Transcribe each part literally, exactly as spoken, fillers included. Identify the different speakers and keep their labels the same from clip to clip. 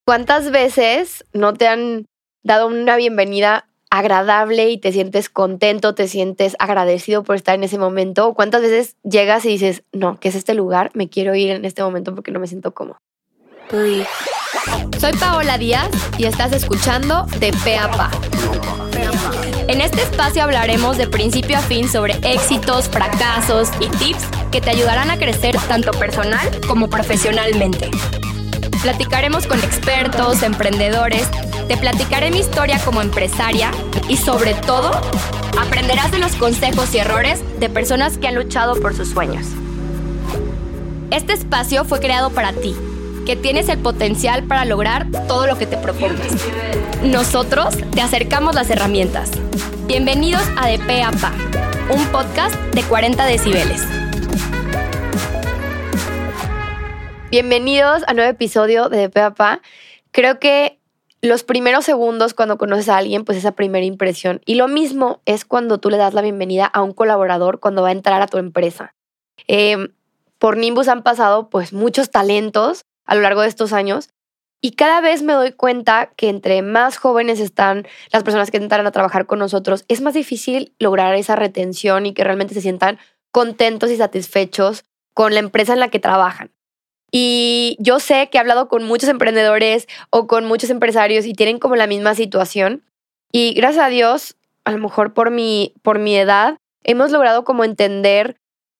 Speaker 1: ¿Cuántas veces no te han dado una bienvenida agradable y te sientes contento, te sientes agradecido por estar en ese momento? ¿O cuántas veces llegas y dices, no, ¿qué es este lugar? Me quiero ir en este momento porque no me siento cómodo.
Speaker 2: Soy Paola Díaz y estás escuchando De Pe a Pa. En este espacio hablaremos de principio a fin sobre éxitos, fracasos y tips que te ayudarán a crecer tanto personal como profesionalmente. Platicaremos con expertos, emprendedores, te platicaré mi historia como empresaria y sobre todo, aprenderás de los consejos y errores de personas que han luchado por sus sueños. Este espacio fue creado para ti, que tienes el potencial para lograr todo lo que te propongas. Nosotros te acercamos las herramientas. Bienvenidos a De Pe a Pa, un podcast de cuarenta decibeles.
Speaker 1: Bienvenidos a un nuevo episodio de De Pe a Pa. Creo que los primeros segundos cuando conoces a alguien, pues esa primera impresión. Y lo mismo es cuando tú le das la bienvenida a un colaborador cuando va a entrar a tu empresa. Eh, por Nimbus han pasado pues muchos talentos a lo largo de estos años y cada vez me doy cuenta que entre más jóvenes están las personas que entran a trabajar con nosotros, es más difícil lograr esa retención y que realmente se sientan contentos y satisfechos con la empresa en la que trabajan. Y yo sé que he hablado con muchos emprendedores o con muchos empresarios y tienen como la misma situación. Y gracias a Dios, a lo mejor por mi, por mi edad, hemos logrado como entender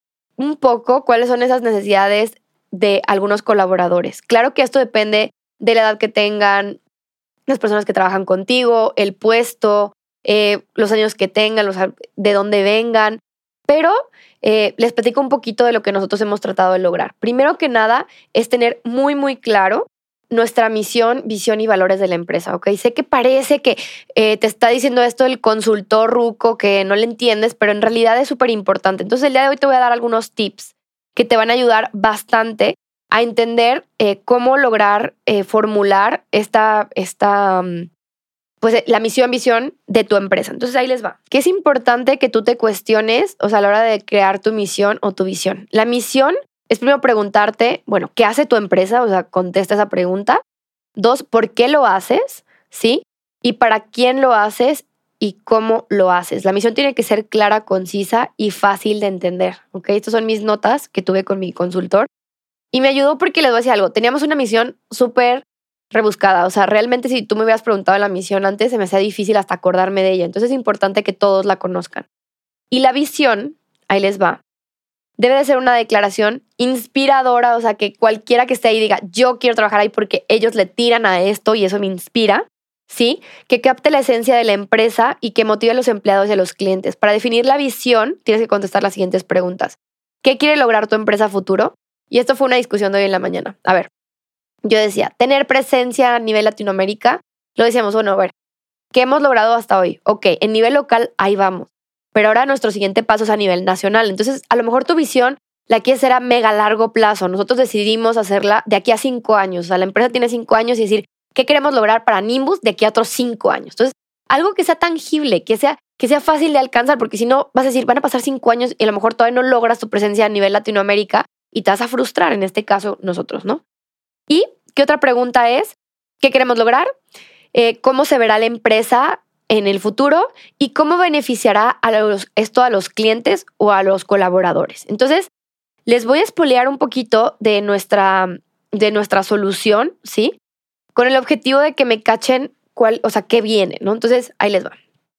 Speaker 1: un poco cuáles son esas necesidades de algunos colaboradores. Claro que esto depende de la edad que tengan las personas que trabajan contigo, el puesto, eh, los años que tengan, los, de dónde vengan, pero eh, les platico un poquito de lo que nosotros hemos tratado de lograr. Primero que nada es tener muy, muy claro nuestra misión, visión y valores de la empresa, ¿ok? Sé que parece que eh, te está diciendo esto el consultor ruco que no le entiendes, pero en realidad es súper importante. Entonces el día de hoy te voy a dar algunos tips que te van a ayudar bastante a entender eh, cómo lograr eh, formular esta, esta um, pues, la misión, visión de tu empresa. Entonces ahí les va. Que es importante que tú te cuestiones, o sea, a la hora de crear tu misión o tu visión. La misión es primero preguntarte, bueno, ¿qué hace tu empresa? O sea, contesta esa pregunta. Dos, ¿por qué lo haces? ¿Sí? Y para quién lo haces y cómo lo haces. La misión tiene que ser clara, concisa y fácil de entender, ¿ok? Estas son mis notas que tuve con mi consultor. Y me ayudó porque les voy a decir algo. Teníamos una misión súper rebuscada. O sea, realmente si tú me hubieras preguntado la misión antes, se me hacía difícil hasta acordarme de ella. Entonces es importante que todos la conozcan. Y la visión, ahí les va, debe de ser una declaración inspiradora. O sea, que cualquiera que esté ahí diga, yo quiero trabajar ahí porque ellos le tiran a esto y eso me inspira. ¿Sí? Que capte la esencia de la empresa y que motive a los empleados y a los clientes. Para definir la visión, tienes que contestar las siguientes preguntas. ¿Qué quiere lograr tu empresa a futuro? Y esto fue una discusión de hoy en la mañana. A ver, yo decía, tener presencia a nivel Latinoamérica. Lo decíamos, bueno, a ver, ¿qué hemos logrado hasta hoy? Ok, en nivel local, ahí vamos. Pero ahora nuestro siguiente paso es a nivel nacional. Entonces, a lo mejor tu visión la quieres hacer a mega largo plazo. Nosotros decidimos hacerla de aquí a cinco años. O sea, la empresa tiene cinco años y decir, ¿qué queremos lograr para Nimbus de aquí a otros cinco años? Entonces, algo que sea tangible, que sea, que sea fácil de alcanzar, porque si no, vas a decir, van a pasar cinco años y a lo mejor todavía no logras tu presencia a nivel Latinoamérica y te vas a frustrar, en este caso, nosotros, ¿no? ¿Y qué otra pregunta es? ¿Qué queremos lograr? Eh, ¿Cómo se verá la empresa en el futuro? ¿Y cómo beneficiará a los, esto a los clientes o a los colaboradores? Entonces, les voy a spoilear un poquito de nuestra, de nuestra solución, ¿sí? Con el objetivo de que me cachen cuál, o sea, qué viene, ¿no? Entonces, ahí les va.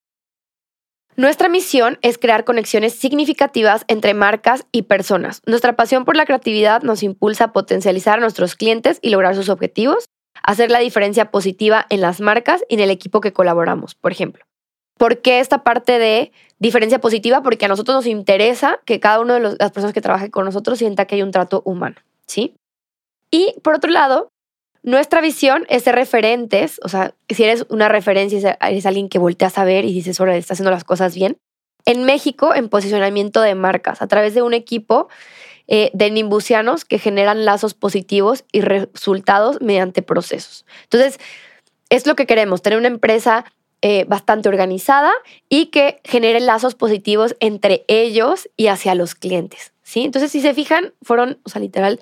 Speaker 1: Nuestra misión es crear conexiones significativas entre marcas y personas. Nuestra pasión por la creatividad nos impulsa a potencializar a nuestros clientes y lograr sus objetivos, hacer la diferencia positiva en las marcas y en el equipo que colaboramos, por ejemplo. ¿Por qué esta parte de diferencia positiva? Porque a nosotros nos interesa que cada una de los, las personas que trabajen con nosotros sienta que hay un trato humano, ¿sí? Y por otro lado, nuestra visión es ser referentes, o sea, si eres una referencia, eres alguien que volteas a ver y dices, ahora está haciendo las cosas bien. En México, en posicionamiento de marcas, a través de un equipo eh, de nimbusianos que generan lazos positivos y resultados mediante procesos. Entonces, es lo que queremos, tener una empresa eh, bastante organizada y que genere lazos positivos entre ellos y hacia los clientes, ¿sí? Entonces, si se fijan, fueron, o sea, literal,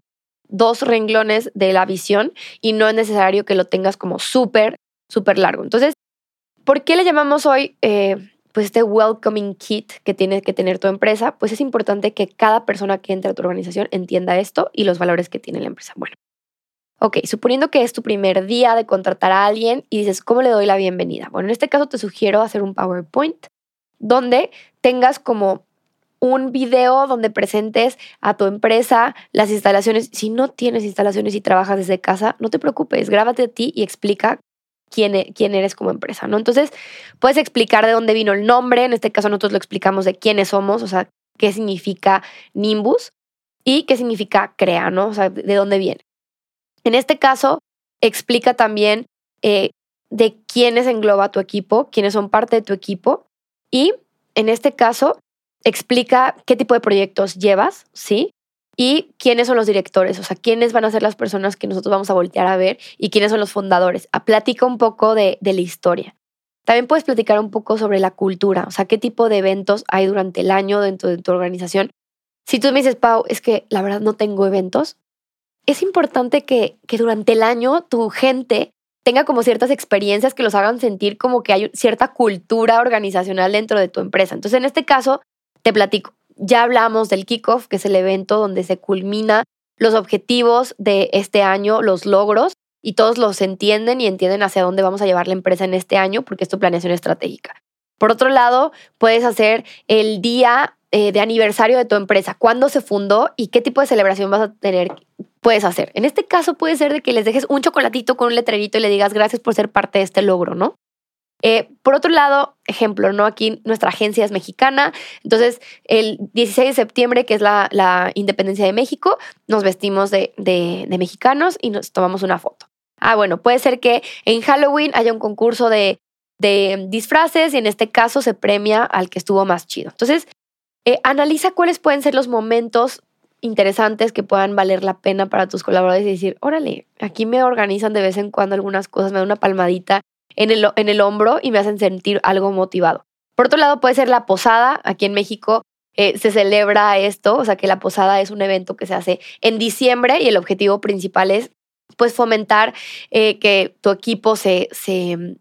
Speaker 1: dos renglones de la visión y no es necesario que lo tengas como súper, súper largo. Entonces, ¿por qué le llamamos hoy eh, pues este welcoming kit que tiene que tener tu empresa? Pues es importante que cada persona que entre a tu organización entienda esto y los valores que tiene la empresa. Bueno, ok, suponiendo que es tu primer día de contratar a alguien y dices, ¿cómo le doy la bienvenida? Bueno, en este caso te sugiero hacer un PowerPoint donde tengas como un video donde presentes a tu empresa las instalaciones. Si no tienes instalaciones y trabajas desde casa, no te preocupes, grábate a ti y explica quién, e- quién eres como empresa, ¿no? Entonces, puedes explicar de dónde vino el nombre. En este caso, nosotros lo explicamos de quiénes somos, o sea, qué significa Nimbus y qué significa CREA, ¿no? O sea, de dónde viene. En este caso, explica también eh, de quiénes engloba tu equipo, quiénes son parte de tu equipo y, en este caso, explica qué tipo de proyectos llevas, ¿sí? Y quiénes son los directores, o sea, quiénes van a ser las personas que nosotros vamos a voltear a ver y quiénes son los fundadores. A, platica un poco de, de la historia. También puedes platicar un poco sobre la cultura, o sea, qué tipo de eventos hay durante el año dentro de tu organización. Si tú me dices, Pau, es que la verdad no tengo eventos, es importante que, que durante el año tu gente tenga como ciertas experiencias que los hagan sentir como que hay cierta cultura organizacional dentro de tu empresa. Entonces, en este caso, te platico. Ya hablamos del kickoff, que es el evento donde se culmina los objetivos de este año, los logros, y todos los entienden y entienden hacia dónde vamos a llevar la empresa en este año porque es tu planeación estratégica. Por otro lado, puedes hacer el día eh, de aniversario de tu empresa, cuándo se fundó y qué tipo de celebración vas a tener, puedes hacer. En este caso puede ser de que les dejes un chocolatito con un letrerito y le digas gracias por ser parte de este logro, ¿no? Eh, por otro lado, ejemplo, ¿no? Aquí nuestra agencia es mexicana, entonces el dieciséis de septiembre, que es la, la independencia de México, nos vestimos de, de, de mexicanos y nos tomamos una foto. Ah, bueno, puede ser que en Halloween haya un concurso de, de disfraces y en este caso se premia al que estuvo más chido. Entonces, eh, analiza cuáles pueden ser los momentos interesantes que puedan valer la pena para tus colaboradores y decir, órale, aquí me organizan de vez en cuando algunas cosas, me dan una palmadita en el, en el hombro y me hacen sentir algo motivado. Por otro lado, puede ser la posada. Aquí en México eh, se celebra esto, o sea que la posada es un evento que se hace en diciembre y el objetivo principal es pues fomentar eh, que tu equipo se, se,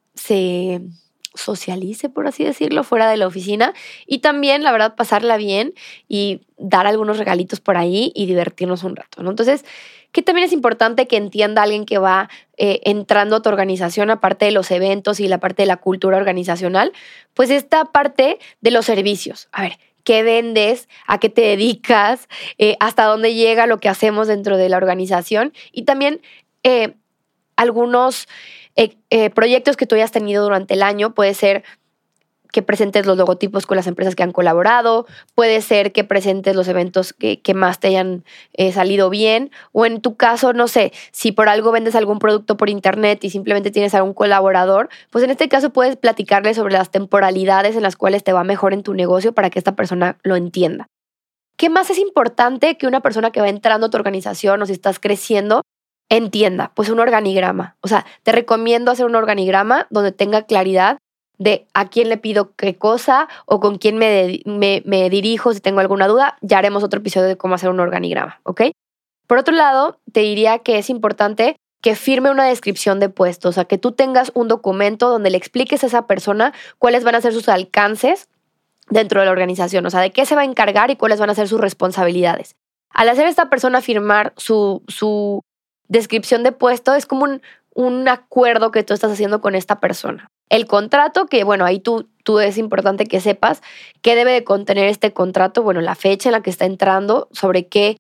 Speaker 1: se socialice, por así decirlo, fuera de la oficina y también, la verdad, pasarla bien y dar algunos regalitos por ahí y divertirnos un rato, ¿no? Entonces, que también es importante que entienda alguien que va eh, entrando a tu organización, aparte de los eventos y la parte de la cultura organizacional, pues esta parte de los servicios. A ver, ¿qué vendes? ¿A qué te dedicas? Eh, ¿Hasta dónde llega lo que hacemos dentro de la organización? Y también eh, algunos eh, eh, proyectos que tú hayas tenido durante el año. Puede ser que presentes los logotipos con las empresas que han colaborado, puede ser que presentes los eventos que, que más te hayan eh, salido bien, o en tu caso, no sé, si por algo vendes algún producto por internet y simplemente tienes a un colaborador, pues en este caso puedes platicarle sobre las temporalidades en las cuales te va mejor en tu negocio para que esta persona lo entienda. ¿Qué más es importante que una persona que va entrando a tu organización o si estás creciendo entienda? Pues un organigrama. O sea, te recomiendo hacer un organigrama donde tenga claridad de a quién le pido qué cosa o con quién me, de, me, me dirijo si tengo alguna duda. Ya haremos otro episodio de cómo hacer un organigrama, ¿ok? Por otro lado, te diría que es importante que firme una descripción de puesto, o sea, que tú tengas un documento donde le expliques a esa persona cuáles van a ser sus alcances dentro de la organización, o sea, de qué se va a encargar y cuáles van a ser sus responsabilidades. Al hacer esta persona firmar su, su descripción de puesto, es como un, un acuerdo que tú estás haciendo con esta persona. El contrato, que bueno, ahí tú, tú es importante que sepas qué debe de contener este contrato, bueno, la fecha en la que está entrando, sobre qué,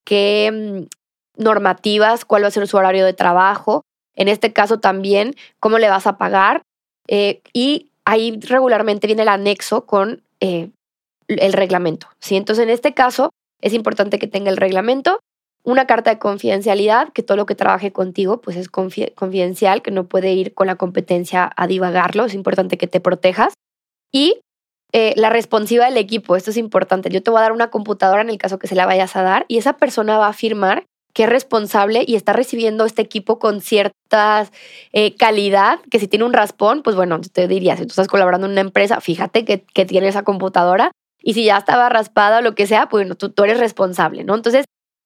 Speaker 1: qué normativas, cuál va a ser su horario de trabajo, en este caso también cómo le vas a pagar eh, y ahí regularmente viene el anexo con eh, el reglamento, ¿sí? Entonces en este caso es importante que tenga el reglamento, una carta de confidencialidad, que todo lo que trabaje contigo pues es confidencial, que no puede ir con la competencia a divagarlo, es importante que te protejas. Y eh, la responsiva del equipo, esto es importante. Yo te voy a dar una computadora en el caso que se la vayas a dar y esa persona va a afirmar que es responsable y está recibiendo este equipo con cierta eh, calidad, que si tiene un raspón, pues bueno, yo te diría, si tú estás colaborando en una empresa, fíjate que, que tiene esa computadora y si ya estaba raspada o lo que sea, pues bueno, tú, tú eres responsable, ¿no? Entonces,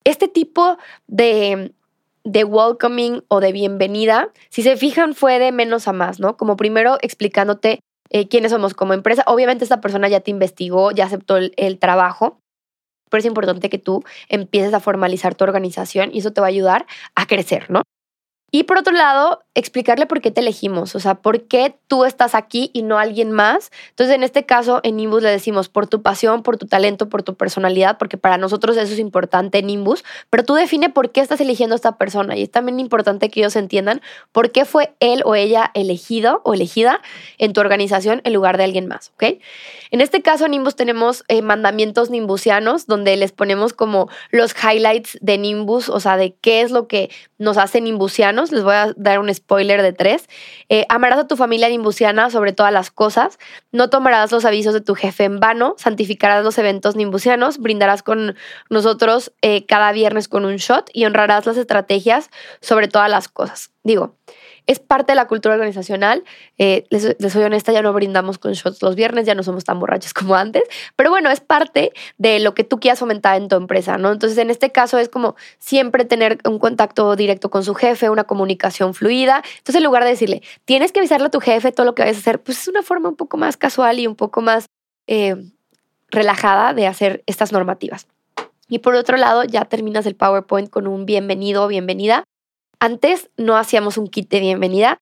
Speaker 1: este tipo de, de welcoming o de bienvenida, si se fijan, fue de menos a más, ¿no? Como primero explicándote eh, quiénes somos como empresa. Obviamente esta persona ya te investigó, ya aceptó el, el trabajo, pero es importante que tú empieces a formalizar tu organización y eso te va a ayudar a crecer, ¿no? Y por otro lado, explicarle por qué te elegimos, o sea, por qué tú estás aquí y no alguien más. Entonces, en este caso, en Nimbus le decimos por tu pasión, por tu talento, por tu personalidad, porque para nosotros eso es importante en Nimbus, pero tú define por qué estás eligiendo a esta persona y es también importante que ellos entiendan por qué fue él o ella elegido o elegida en tu organización en lugar de alguien más, ¿ok? En este caso, en Nimbus tenemos eh, mandamientos nimbusianos donde les ponemos como los highlights de Nimbus, o sea, de qué es lo que nos hace nimbusianos. Les voy a dar un spoiler de tres. Eh, amarás a tu familia nimbusiana sobre todas las cosas. No tomarás los avisos de tu jefe en vano. Santificarás los eventos nimbusianos. Brindarás con nosotros eh, cada viernes con un shot y honrarás las estrategias sobre todas las cosas. Digo, es parte de la cultura organizacional. Eh, les, les soy honesta, ya no brindamos con shots los viernes, ya no somos tan borrachos como antes. Pero bueno, es parte de lo que tú quieras fomentar en tu empresa, ¿no? Entonces, en este caso es como siempre tener un contacto directo con su jefe, una comunicación fluida. Entonces, en lugar de decirle, tienes que avisarle a tu jefe todo lo que vayas a hacer, pues es una forma un poco más casual y un poco más eh, relajada de hacer estas normativas. Y por otro lado, ya terminas el PowerPoint con un bienvenido o bienvenida. Antes no hacíamos un kit de bienvenida.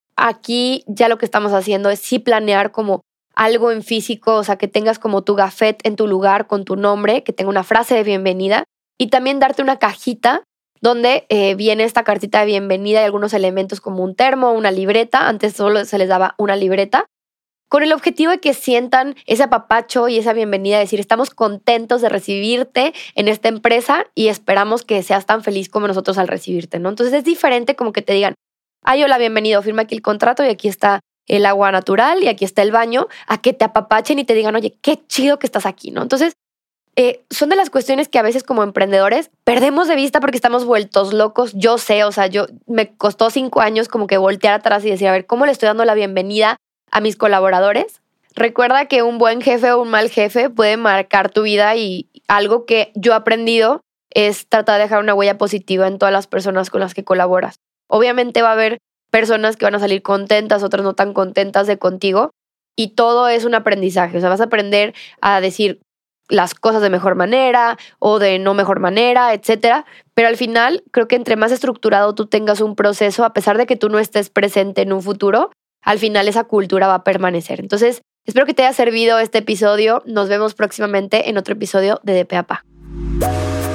Speaker 1: Aquí ya lo que estamos haciendo es sí planear como algo en físico, o sea, que tengas como tu gafet en tu lugar con tu nombre, que tenga una frase de bienvenida y también darte una cajita donde eh, viene esta cartita de bienvenida y algunos elementos como un termo, una libreta. Antes solo se les daba una libreta, con el objetivo de que sientan ese apapacho y esa bienvenida, de decir, estamos contentos de recibirte en esta empresa y esperamos que seas tan feliz como nosotros al recibirte, ¿no? Entonces es diferente como que te digan, ay, hola, bienvenido, firma aquí el contrato y aquí está el agua natural y aquí está el baño, a que te apapachen y te digan, oye, qué chido que estás aquí, ¿no? Entonces, eh, son de las cuestiones que a veces como emprendedores perdemos de vista porque estamos vueltos locos. Yo sé, o sea, yo me costó cinco años como que voltear atrás y decir, a ver, ¿cómo le estoy dando la bienvenida a mis colaboradores? Recuerda que un buen jefe o un mal jefe puede marcar tu vida y algo que yo he aprendido es tratar de dejar una huella positiva en todas las personas con las que colaboras. Obviamente va a haber personas que van a salir contentas, otras no tan contentas de contigo y todo es un aprendizaje. O sea, vas a aprender a decir las cosas de mejor manera o de no mejor manera, etcétera. Pero al final creo que entre más estructurado tú tengas un proceso, a pesar de que tú no estés presente en un futuro, al final esa cultura va a permanecer. Entonces, espero que te haya servido este episodio. Nos vemos próximamente en otro episodio de De Pe a Pa.